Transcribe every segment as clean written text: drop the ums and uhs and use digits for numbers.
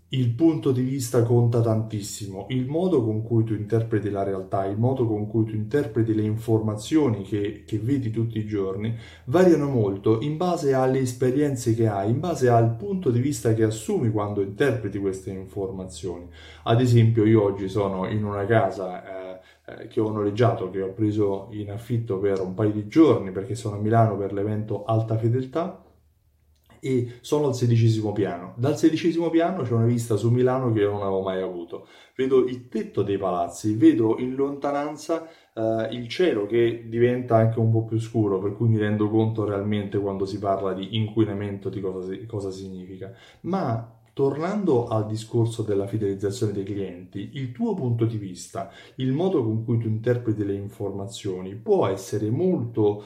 Il punto di vista conta tantissimo, il modo con cui tu interpreti la realtà, il modo con cui tu interpreti le informazioni che vedi tutti i giorni, variano molto in base alle esperienze che hai, in base al punto di vista che assumi quando interpreti queste informazioni. Ad esempio, io oggi sono in una casa che ho noleggiato, che ho preso in affitto per un paio di giorni perché sono a Milano per l'evento Alta Fedeltà e sono al 16° piano. Dal 16° piano c'è una vista su Milano che io non avevo mai avuto. Vedo il tetto dei palazzi, vedo in lontananza il cielo che diventa anche un po' più scuro, per cui mi rendo conto realmente quando si parla di inquinamento di cosa significa. Ma tornando al discorso della fidelizzazione dei clienti, il tuo punto di vista, il modo con cui tu interpreti le informazioni può essere molto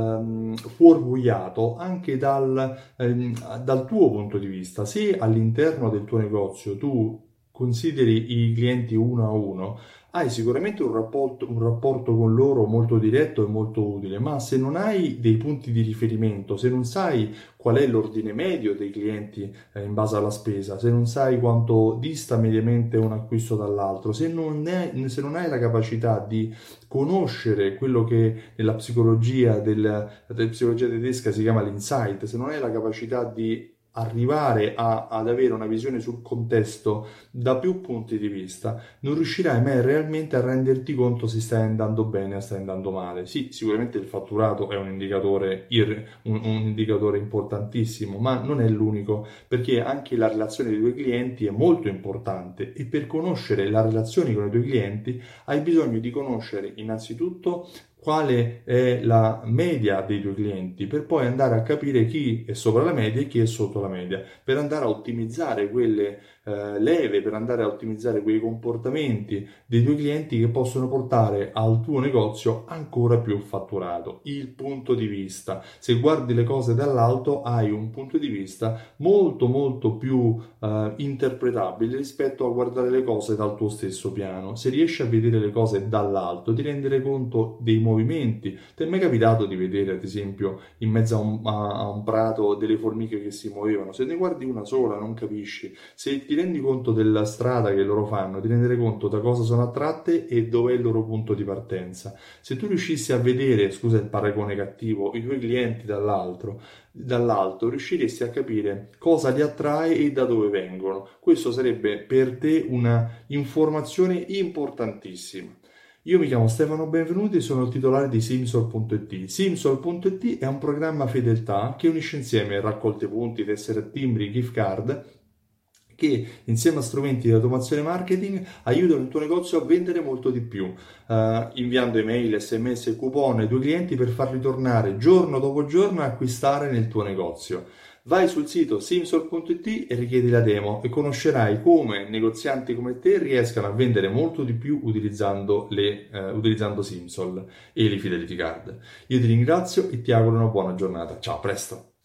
fuorviato anche dal tuo punto di vista. Se all'interno del tuo negozio tu consideri i clienti uno a uno, hai sicuramente un rapporto con loro molto diretto e molto utile, ma se non hai dei punti di riferimento, se non sai qual è l'ordine medio dei clienti in base alla spesa, se non sai quanto dista mediamente un acquisto dall'altro, se non hai la capacità di conoscere quello che nella della psicologia tedesca si chiama l'insight, se non hai la capacità di arrivare ad avere una visione sul contesto da più punti di vista, non riuscirai mai realmente a renderti conto se stai andando bene o stai andando male. Sì, sicuramente il fatturato è un indicatore importantissimo, ma non è l'unico, perché anche la relazione dei tuoi clienti è molto importante e per conoscere la relazione con i tuoi clienti hai bisogno di conoscere innanzitutto quale è la media dei tuoi clienti, per poi andare a capire chi è sopra la media e chi è sotto la media, per andare a ottimizzare quelle leve, per andare a ottimizzare quei comportamenti dei tuoi clienti che possono portare al tuo negozio ancora più fatturato. Il punto di vista, se guardi le cose dall'alto, hai un punto di vista molto più interpretabile rispetto a guardare le cose dal tuo stesso piano. Se riesci a vedere le cose dall'alto, ti rendere conto dei movimenti. Ti è mai capitato di vedere, ad esempio, in mezzo a un prato delle formiche che si muovevano? Se ne guardi una sola, non capisci. Se ti rendi conto della strada che loro fanno, ti rendere conto da cosa sono attratte e dov'è il loro punto di partenza. Se tu riuscissi a vedere, scusa il paragone cattivo, i tuoi clienti dall'alto, riusciresti a capire cosa li attrae e da dove vengono. Questo sarebbe per te una informazione importantissima. Io mi chiamo Stefano Benvenuti e sono il titolare di Simsol.it. Simsol.it è un programma fedeltà che unisce insieme raccolte punti, tessere timbri, gift card che insieme a strumenti di automazione marketing aiutano il tuo negozio a vendere molto di più, inviando email, sms e coupon ai tuoi clienti per farli tornare giorno dopo giorno a acquistare nel tuo negozio. Vai sul sito simsol.it e richiedi la demo e conoscerai come negozianti come te riescano a vendere molto di più utilizzando Simsol e le Fidelity Card. Io ti ringrazio e ti auguro una buona giornata. Ciao, a presto!